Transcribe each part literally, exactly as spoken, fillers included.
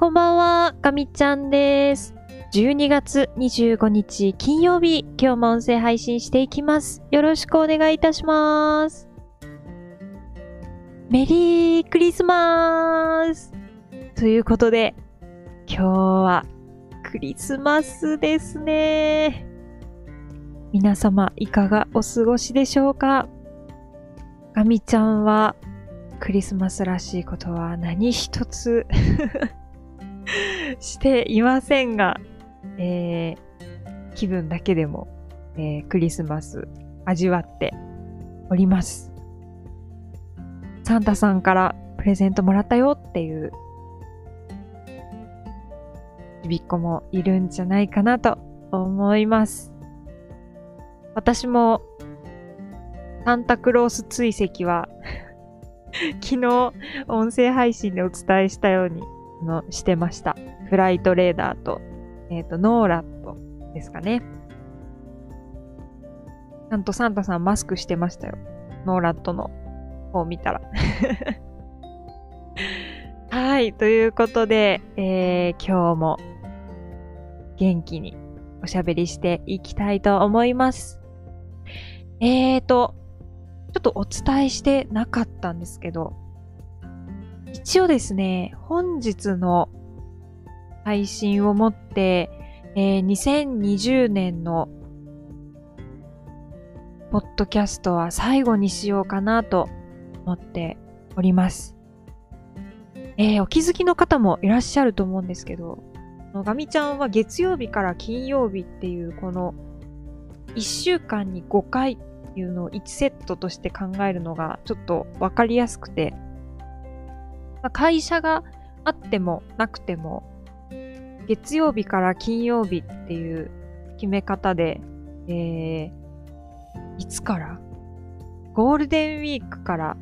こんばんは、かみちゃんです。じゅうにがつにじゅうごにち金曜日、今日も音声配信していきます。よろしくお願いいたします。メリークリスマスということで、今日はクリスマスですね。皆様いかがお過ごしでしょうか？かみちゃんはクリスマスらしいことは何一つしていませんが、えー、気分だけでも、えー、クリスマス味わっております。サンタさんからプレゼントもらったよっていうちびっ子もいるんじゃないかなと思います。私もサンタクロース追跡は昨日音声配信でお伝えしたようにのしてました。フライトレーダーと、えっと、ノーラットですかね。ちゃんとサンタさんマスクしてましたよ。ノーラットの方を見たら。はい。ということで、えー、今日も元気におしゃべりしていきたいと思います。えーと、ちょっとお伝えしてなかったんですけど、一応ですね、本日の配信をもって、えー、にせんにじゅうねんのポッドキャストは最後にしようかなと思っております。えー、お気づきの方もいらっしゃると思うんですけど、ガミちゃんは月曜日から金曜日っていうこのいっしゅうかんにごかいっていうのをいちセットとして考えるのがちょっとわかりやすくて、まあ、会社があってもなくても月曜日から金曜日っていう決め方で、えー、いつからゴールデンウィークから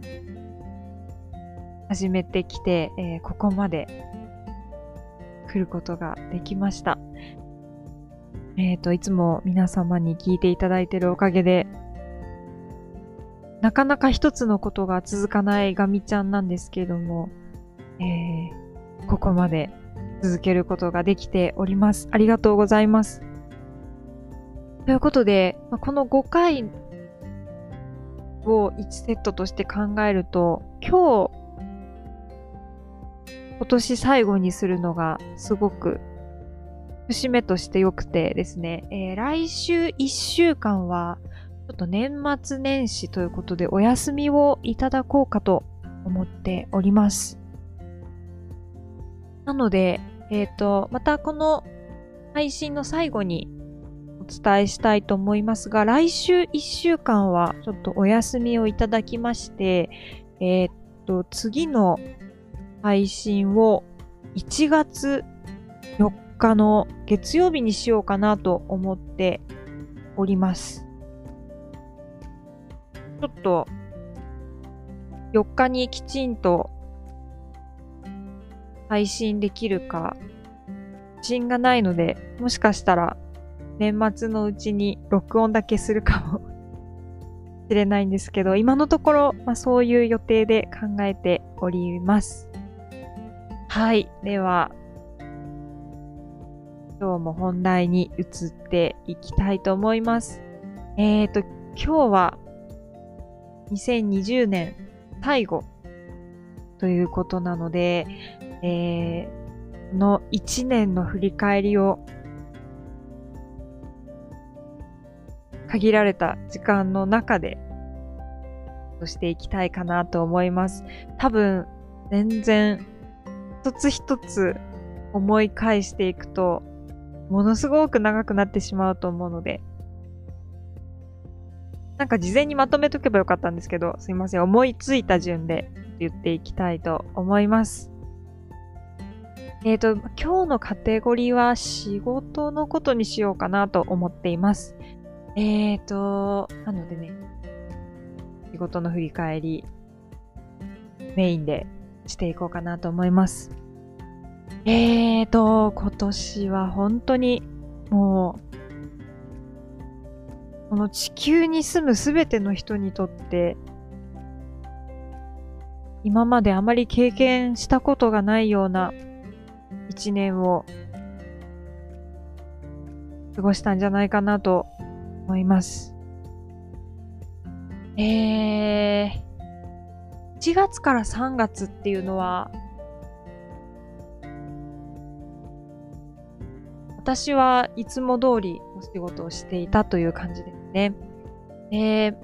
始めてきて、えー、ここまで来ることができました。えっと、いつも皆様に聞いていただいているおかげで、なかなか一つのことが続かないガミちゃんなんですけれども、えー、ここまで続けることができております。ありがとうございます。ということで、このごかいをいちセットとして考えると、今日、今年最後にするのがすごく節目として良くてですね、えー、来週いっしゅうかんはちょっと年末年始ということでお休みをいただこうかと思っております。なので、えっと、またこの配信の最後にお伝えしたいと思いますが、来週いっしゅうかんはちょっとお休みをいただきまして、えっと、次の配信をいちがつよっかの月曜日にしようかなと思っております。ちょっとよっかにきちんと配信できるか自信がないので、もしかしたら年末のうちに録音だけするかもしれないんですけど、今のところ、まあ、そういう予定で考えております。はい。では、今日も本題に移っていきたいと思います。えーと、今日はにせんにじゅうねん最後ということなので、えー、このいちねんの振り返りを限られた時間の中でしていきたいかなと思います。多分、全然一つ一つ思い返していくと、ものすごく長くなってしまうと思うので、なんか事前にまとめとけばよかったんですけど、すいません。思いついた順で言っていきたいと思います。えっと、今日のカテゴリーは仕事のことにしようかなと思っています。えっと、なのでね、仕事の振り返り、メインでしていこうかなと思います。えーと、今年は本当にもう、この地球に住むすべての人にとって、今まであまり経験したことがないような一年を過ごしたんじゃないかなと思います。えー、いちがつからさんがつっていうのは、私はいつも通りお仕事をしていたという感じですね。で、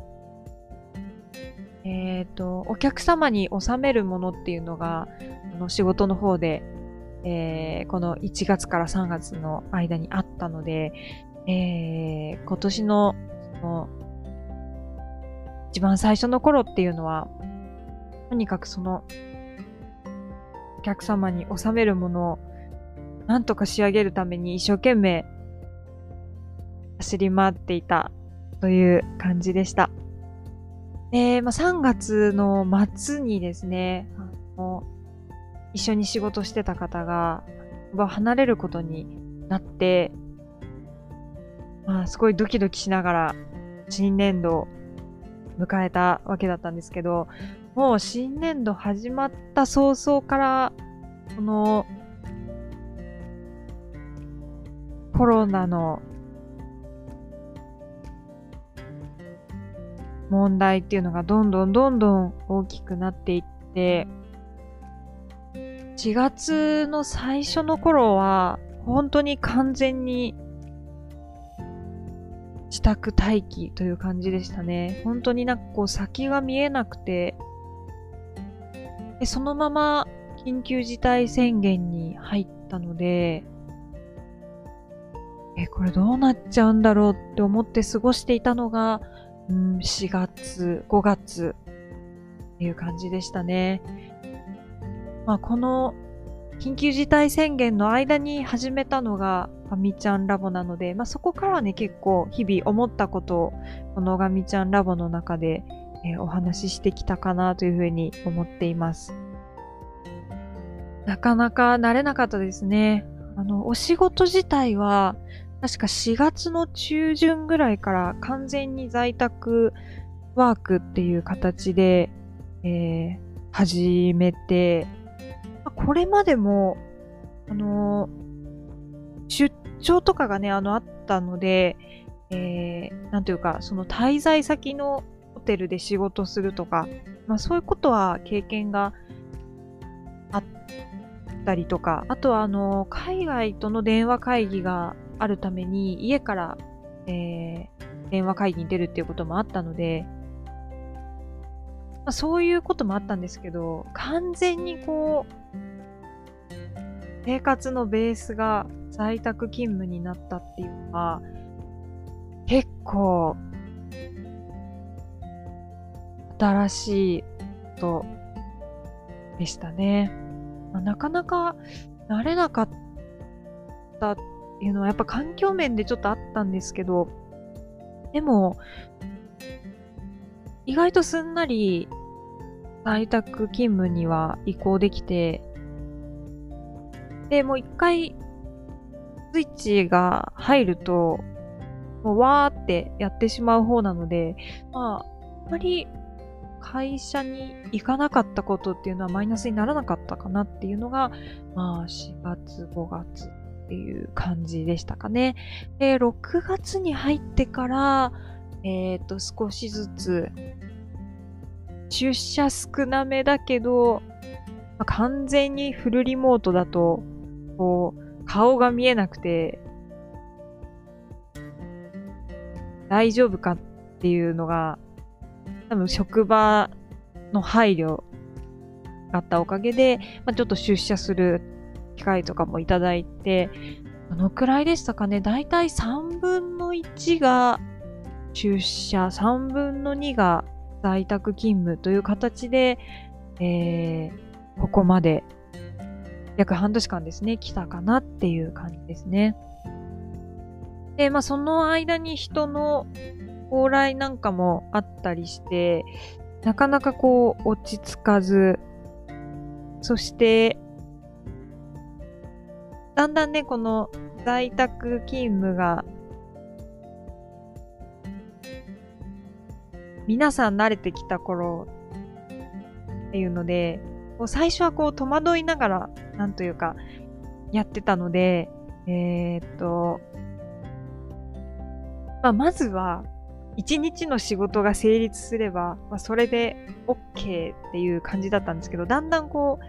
えっと、お客様に納めるものっていうのが、あの仕事の方で、えー、このいちがつからさんがつの間にあったので、えー、今年の、その、一番最初の頃っていうのは、とにかくその、お客様に納めるものを、なんとか仕上げるために一生懸命走り回っていたという感じでした。で、まあ、さんがつの末にですね、あの一緒に仕事してた方が離れることになって、まあ、すごいドキドキしながら新年度を迎えたわけだったんですけど、もう新年度始まった早々から、このコロナの問題っていうのがどんどんどんどん大きくなっていって、しがつの最初の頃は本当に完全に自宅待機という感じでしたね。本当になんかこう先が見えなくて、でそのまま緊急事態宣言に入ったので、え、これどうなっちゃうんだろうって思って過ごしていたのが、うん、しがつ、ごがつっていう感じでしたね。まあ、この緊急事態宣言の間に始めたのがガミちゃんラボなので、まあ、そこからはね、結構日々思ったことをこのガミちゃんラボの中で、えー、お話ししてきたかなというふうに思っています。なかなか慣れなかったですね。あの、お仕事自体は確かしがつの中旬ぐらいから完全に在宅ワークっていう形で、えー、始めて、これまでも、あのー、出張とかがね、あの、あったので、えー、なんというか、その滞在先のホテルで仕事するとか、まあそういうことは経験があったりとか、あとはあの、海外との電話会議があるために、家から、えー、電話会議に出るっていうこともあったので、まあ、そういうこともあったんですけど、完全にこう、生活のベースが在宅勤務になったっていうのは、結構、新しいことでしたね。まあ、なかなか慣れなかったっていうのは、やっぱ環境面でちょっとあったんですけど、でも、意外とすんなり在宅勤務には移行できて、で、もう一回スイッチが入ると、もうわーってやってしまう方なので、まあ、あまり会社に行かなかったことっていうのはマイナスにならなかったかなっていうのが、まあしがつ、ごがつっていう感じでしたかね。で、ろくがつに入ってから、えっと、少しずつ、出社少なめだけど、まあ、完全にフルリモートだと、こう、顔が見えなくて、大丈夫かっていうのが、多分職場の配慮があったおかげで、まあ、ちょっと出社する機会とかもいただいて、どのくらいでしたかね。だいたいさんぶんのいちが出社、さんぶんのにが在宅勤務という形で、えー、ここまで約半年間ですね、来たかなっていう感じですね。で、まあその間に人の往来なんかもあったりして、なかなかこう落ち着かず、そして、だんだんね、この在宅勤務が、皆さん慣れてきた頃っていうので、こう最初はこう戸惑いながら、なんというか、 やってたので、えーっと、まあ、まずは、一日の仕事が成立すれば、まあ、それで OK っていう感じだったんですけど、だんだんこう、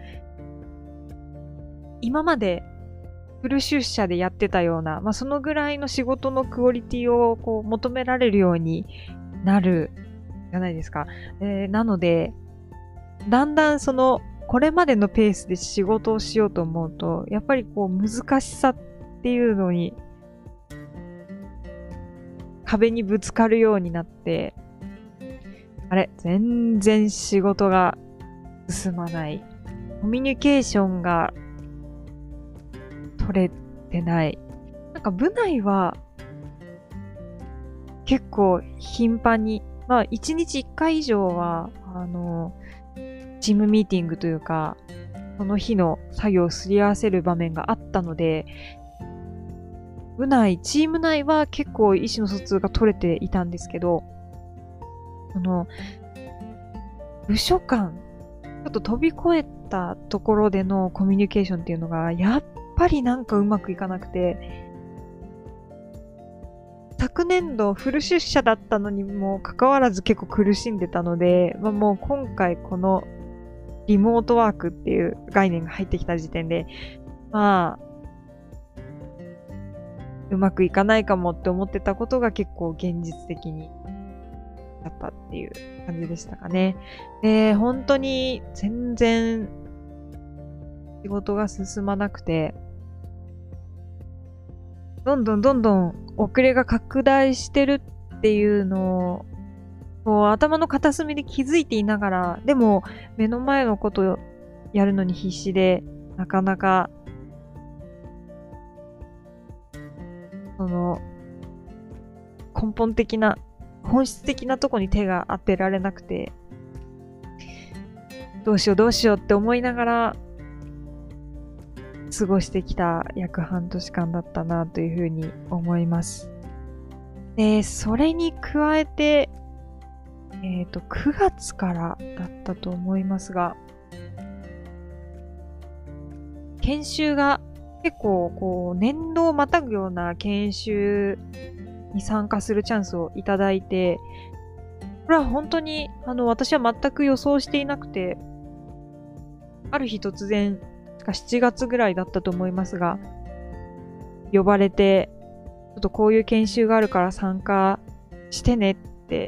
今までフル出社でやってたような、まあ、そのぐらいの仕事のクオリティをこう求められるようになるじゃないですか。えー、なので、だんだんその、これまでのペースで仕事をしようと思うと、やっぱりこう難しさっていうのに、壁にぶつかるようになって、あれ、全然仕事が進まない。コミュニケーションが取れてない。なんか部内は結構頻繁に、まあ一日一回以上は、あの、チームミーティングというか、その日の作業をすり合わせる場面があったので、部内、チーム内は結構意思の疎通が取れていたんですけど、その、部署間、ちょっと飛び越えたところでのコミュニケーションっていうのが、やっぱりなんかうまくいかなくて、昨年度フル出社だったのにもかかわらず結構苦しんでたので、まあ、もう今回このリモートワークっていう概念が入ってきた時点で、まあ、うまくいかないかもって思ってたことが結構現実的になったっていう感じでしたかね。で、本当に全然仕事が進まなくて、どんどんどんどん遅れが拡大してるっていうのを、こう頭の片隅で気づいていながら、でも目の前のことをやるのに必死で、なかなか、その、根本的な、本質的なとこに手が当てられなくて、どうしようどうしようって思いながら、過ごしてきた約半年間だったなというふうに思います。で、それに加えて、えっと、くがつからだったと思いますが、研修が結構こう年度をまたぐような研修に参加するチャンスをいただいて、これは本当にあの私は全く予想していなくて、ある日突然、しちがつぐらいだったと思いますが、呼ばれて、ちょっとこういう研修があるから参加してねって、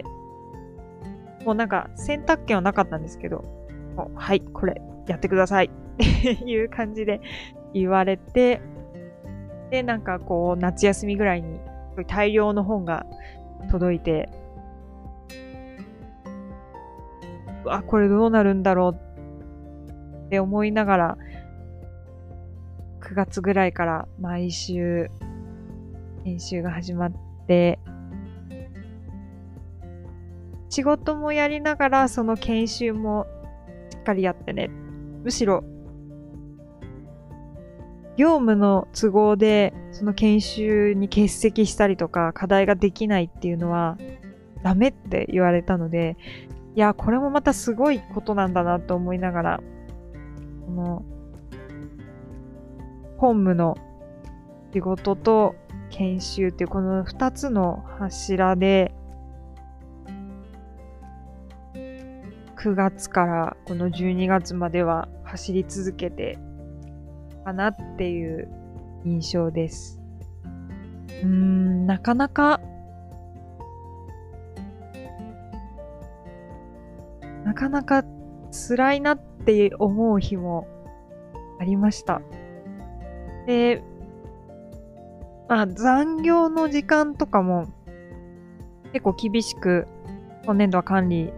もうなんか選択権はなかったんですけど、もうはい、これやってくださいっていう感じで言われて、で、なんかこう夏休みぐらいに大量の本が届いて、うわ、これどうなるんだろうって思いながら、くがつぐらいから毎週研修が始まって、仕事もやりながらその研修もしっかりやってね。むしろ業務の都合でその研修に欠席したりとか課題ができないっていうのはダメって言われたので、いや、これもまたすごいことなんだなと思いながら、この本務の仕事と研修っていうこの二つの柱でくがつからこのじゅうにがつまでは走り続けてかなっていう印象です。うーん、なかなかなかなか辛いなって思う日もありました。で、まあ残業の時間とかも結構厳しく今年度は管理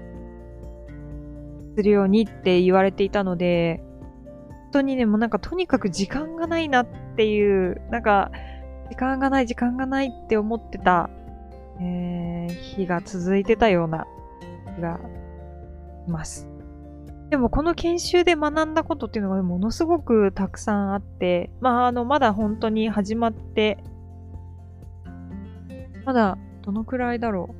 するようにって言われていたので、本当にね、もうなんかとにかく時間がないなっていう、なんか時間がない時間がないって思ってた、えー、日が続いてたような気がします。でもこの研修で学んだことっていうのがものすごくたくさんあって、まああのまだ本当に始まって、まだどのくらいだろ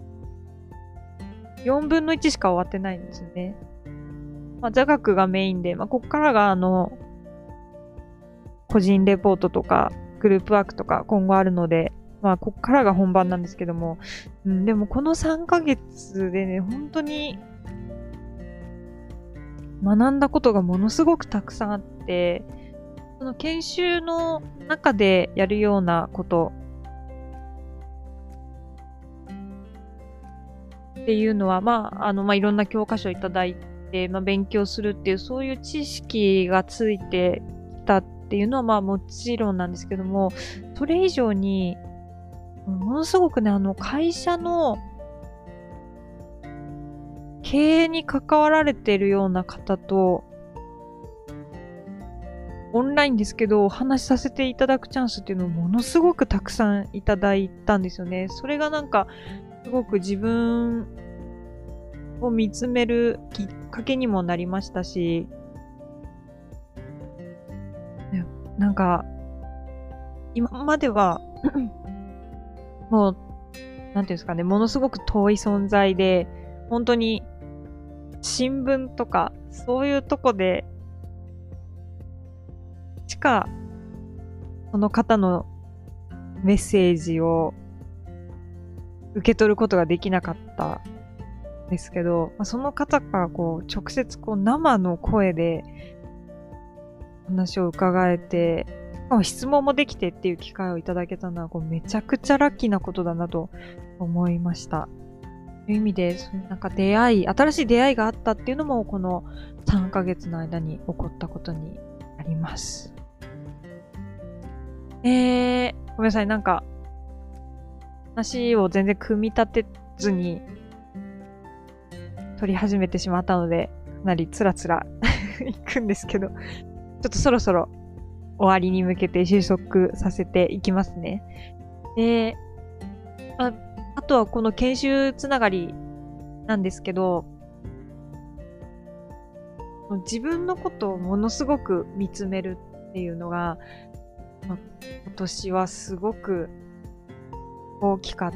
う。よんぶんのいちしか終わってないんですよね。まあ座学がメインで、まあこっからがあの、 個人レポートとか、グループワークとか今後あるので、まあ、こっからが本番なんですけども、うん、でもこのさんかげつでね、本当に学んだことがものすごくたくさんあって、その研修の中でやるようなことっていうのは、まあ、あの、まあ、いろんな教科書をいただいて、まあ、勉強するっていう、そういう知識がついてきたっていうのは、まあ、もちろんなんですけども、それ以上に、ものすごくね、あの、会社の経営に関わられているような方と、オンラインですけど、お話しさせていただくチャンスっていうのをものすごくたくさんいただいたんですよね。それがなんか、すごく自分を見つめるきっかけにもなりましたし、なんか、今までは、もう、なんていうんですかね、ものすごく遠い存在で、本当に、新聞とか、そういうとこで、しか、その方のメッセージを受け取ることができなかったんですけど、その方からこう、直接こう、生の声で話を伺えて、質問もできてっていう機会をいただけたのは、こうめちゃくちゃラッキーなことだなと思いました。という意味で、そのなんか出会い、新しい出会いがあったっていうのも、このさんかげつの間に起こったことになります。えー、ごめんなさい、なんか、話を全然組み立てずに、撮り始めてしまったので、かなりつらつらいくんですけど、ちょっとそろそろ終わりに向けて収束させていきますね。で、あ、あとはこの研修つながりなんですけど、自分のことをものすごく見つめるっていうのが、ま、今年はすごく大きかった。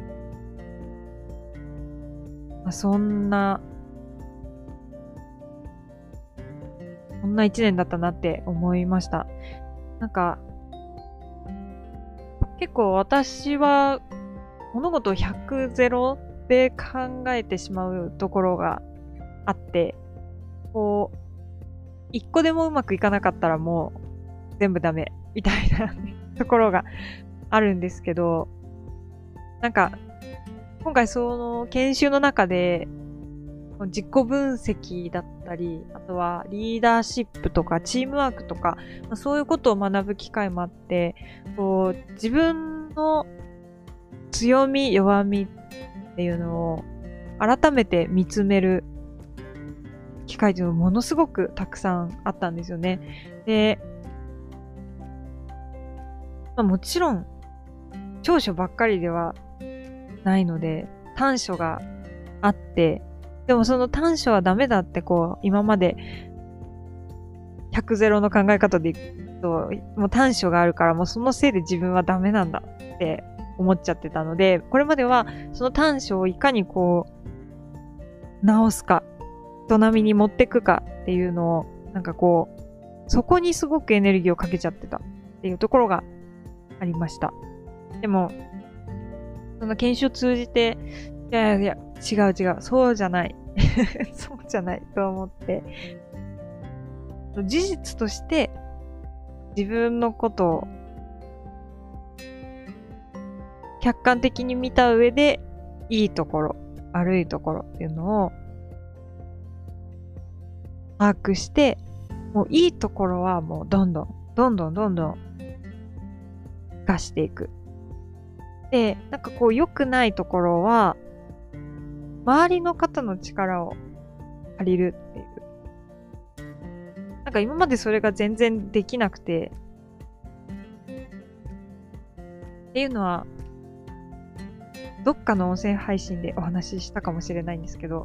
まあ、そんな、そんな一年だったなって思いました。なんか、結構私は物事をひゃく、ゼロで考えてしまうところがあって、こう、一個でもうまくいかなかったらもう全部ダメみたいなところがあるんですけど、なんか、今回その研修の中で自己分析だったり、あとはリーダーシップとかチームワークとか、まあ、そういうことを学ぶ機会もあって、こう自分の強み、弱みっていうのを改めて見つめる機会というのがものすごくたくさんあったんですよね。で、まあ、もちろん長所ばっかりではないので、短所があって、でもその短所はダメだってこう、今までひゃくゼロの考え方でいくと、もう短所があるからもうそのせいで自分はダメなんだって思っちゃってたので、これまではその短所をいかにこう、直すか、人並みに持ってくかっていうのを、なんかこう、そこにすごくエネルギーをかけちゃってたっていうところがありました。でも、その研修を通じて、いやいや、違う違う、そうじゃない。そうじゃないと思って、事実として自分のことを客観的に見た上で、いいところ、悪いところっていうのを把握して、もういいところはもうどんどん、どんどんどんどん出していく。で、なんかこう良くないところは、周りの方の力を借りるっていう。なんか今までそれが全然できなくて、っていうのは、どっかの音声配信でお話ししたかもしれないんですけど、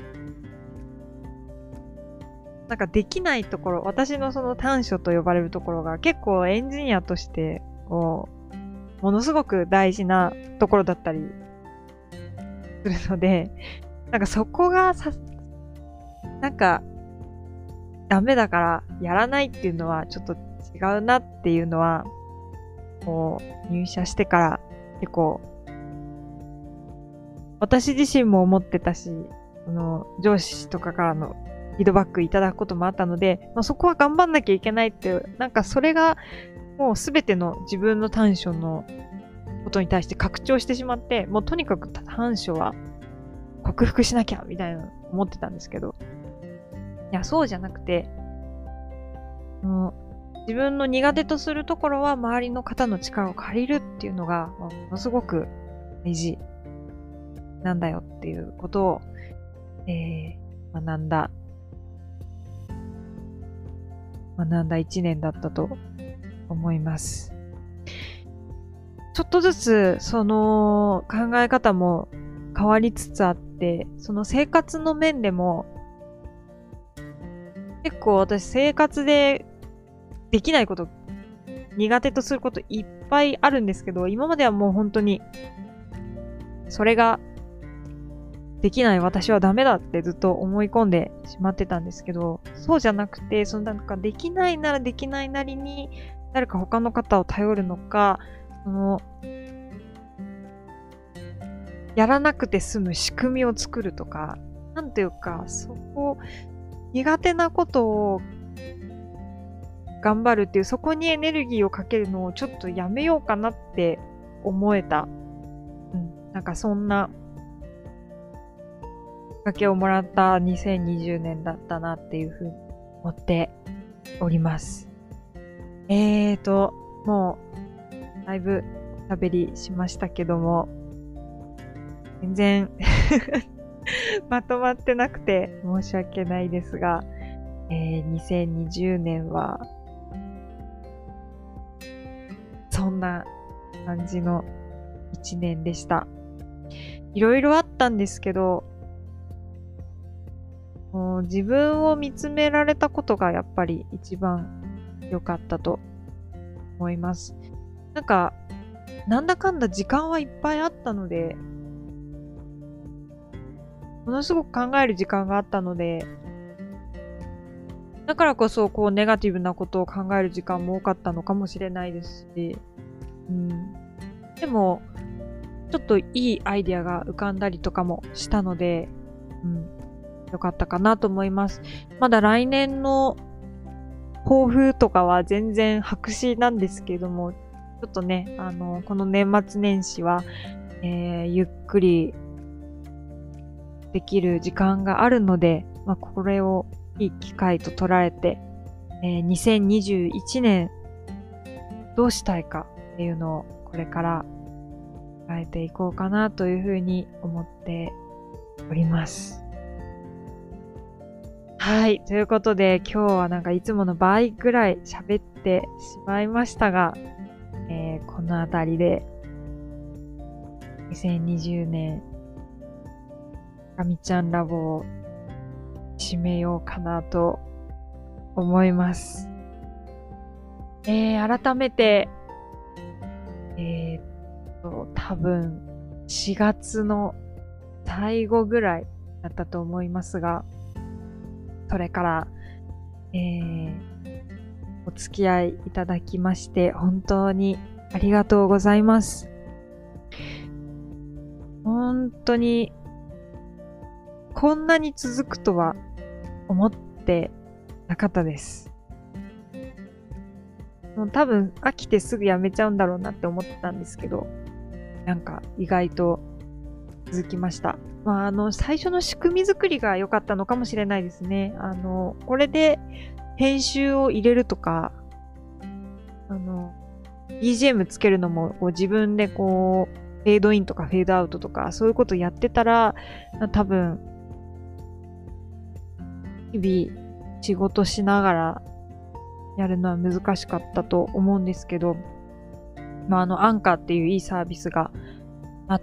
なんかできないところ、私のその短所と呼ばれるところが結構エンジニアとして、こう、ものすごく大事なところだったりするので、なんかそこがさ、なんか、ダメだからやらないっていうのはちょっと違うなっていうのは、こう、入社してから結構、私自身も思ってたし、その上司とかからのフィードバックいただくこともあったので、まあ、そこは頑張んなきゃいけないって、なんかそれがもうすべての自分の短所のことに対して拡張してしまって、もうとにかく短所は克服しなきゃみたいな思ってたんですけど、いや、そうじゃなくて、もう自分の苦手とするところは周りの方の力を借りるっていうのがものすごく大事なんだよっていうことを、えー、学んだ学んだ一年だったと思います。ちょっとずつその考え方も変わりつつあって、その生活の面でも結構私生活でできないこと、苦手とすることいっぱいあるんですけど、今まではもう本当にそれができない私はダメだってずっと思い込んでしまってたんですけど、そうじゃなくて、そのなんかできないならできないなりに誰か他の方を頼るのか、そのやらなくて済む仕組みを作るとか、なんていうか、そこ苦手なことを頑張るっていう、そこにエネルギーをかけるのをちょっとやめようかなって思えた。うん、なんかそんなきっかけをもらったにせんにじゅうねんだったなっていうふうに思っております。えーと、もう、だいぶ喋りしましたけども、全然まとまってなくて申し訳ないですが、えー、にせんにじゅうねんは、そんな感じの一年でした。いろいろあったんですけど、もう自分を見つめられたことがやっぱり一番良かったと思います。なんか、なんだかんだ時間はいっぱいあったので、ものすごく考える時間があったので、だからこそこうネガティブなことを考える時間も多かったのかもしれないですし、うん、でも、ちょっといいアイディアが浮かんだりとかもしたので、うん、よかったかなと思います。まだ来年の抱負とかは全然白紙なんですけども、ちょっとね、あの、この年末年始は、えー、ゆっくりできる時間があるので、まあ、これをいい機会と捉えて、えー、にせんにじゅういちねんどうしたいかっていうのをこれから変えていこうかなというふうに思っております。はい。ということで、今日はなんかいつもの倍ぐらい喋ってしまいましたが、えー、このあたりで、にせんにじゅうねん、かみちゃんラボを締めようかなと思います。えー、改めて、えー、っと、多分、しがつの最後ぐらいだったと思いますが、それから、えー、お付き合いいただきまして、本当にありがとうございます。本当に、こんなに続くとは思ってなかったです。もう多分飽きてすぐやめちゃうんだろうなって思ってたんですけど、なんか意外と続きました。まあ、あの、最初の仕組み作りが良かったのかもしれないですね。あの、これで編集を入れるとか、あの、ビージーエム つけるのもこう自分でこう、フェードインとかフェードアウトとか、そういうことやってたら、多分、日々仕事しながらやるのは難しかったと思うんですけど、まあ、あの、アンカーっていういいサービスがあって、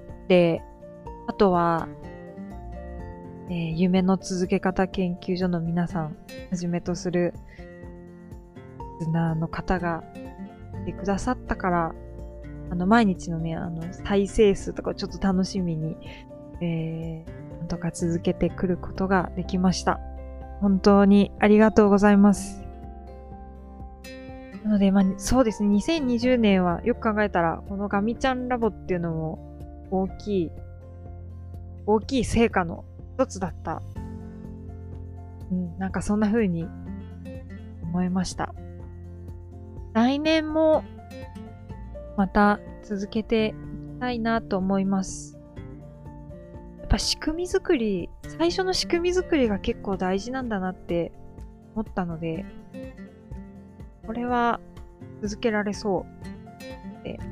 あとは、えー、夢の続け方研究所の皆さんはじめとするリスナーの方がいてくださったから、あの、毎日のね、あの、再生数とかをちょっと楽しみに、えー、なんとか続けてくることができました。本当にありがとうございます。 なので、まあ、そうですね、にせんにじゅうねんはよく考えたら、このガミちゃんラボっていうのも大きい、大きい成果の一つだった。うん、なんかそんな風に思いました。来年もまた続けていきたいなと思います。やっぱ仕組み作り、最初の仕組み作りが結構大事なんだなって思ったので、これは続けられそうで、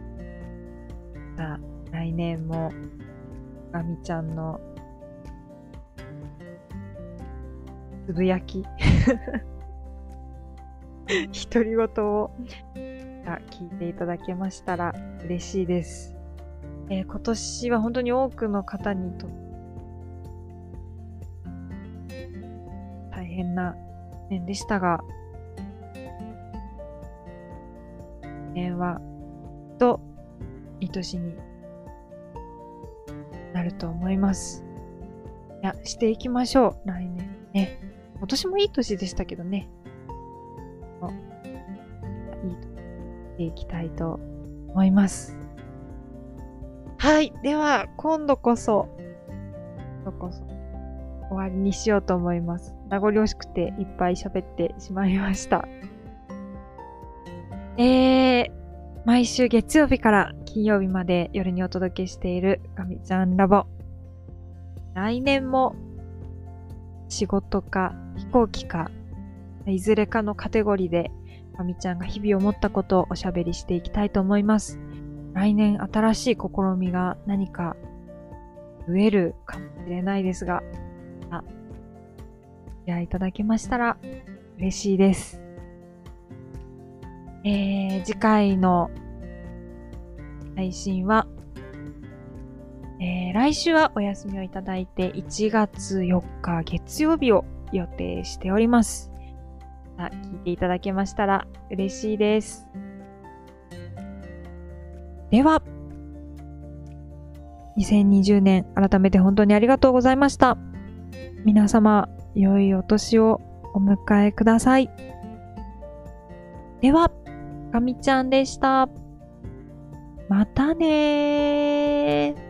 さあ来年もガミちゃんのつぶやき独り言を聞いていただけましたら嬉しいです。えー、今年は本当に多くの方にと大変な年でしたが、年はといい年になると思います。いや、していきましょう、来年ね。今年もいい年でしたけどね。いいとしていきたいと思います。はい。では、今度こそ、今度こそ終わりにしようと思います。名残惜しくていっぱい喋ってしまいました。えー、毎週月曜日から金曜日まで夜にお届けしているガミちゃんラボ。来年も仕事か飛行機か、いずれかのカテゴリーでガミちゃんが日々思ったことをおしゃべりしていきたいと思います。来年新しい試みが何か増えるかもしれないですが、あ、お付き合いいただけましたら嬉しいです。えー、次回の配信は、えー、来週はお休みをいただいていちがつよっか月曜日を予定しております。聞いていただけましたら嬉しいです。では、にせんにじゅうねん改めて本当にありがとうございました。皆様、良いお年をお迎えください。では、ガミちゃんでした。またねー。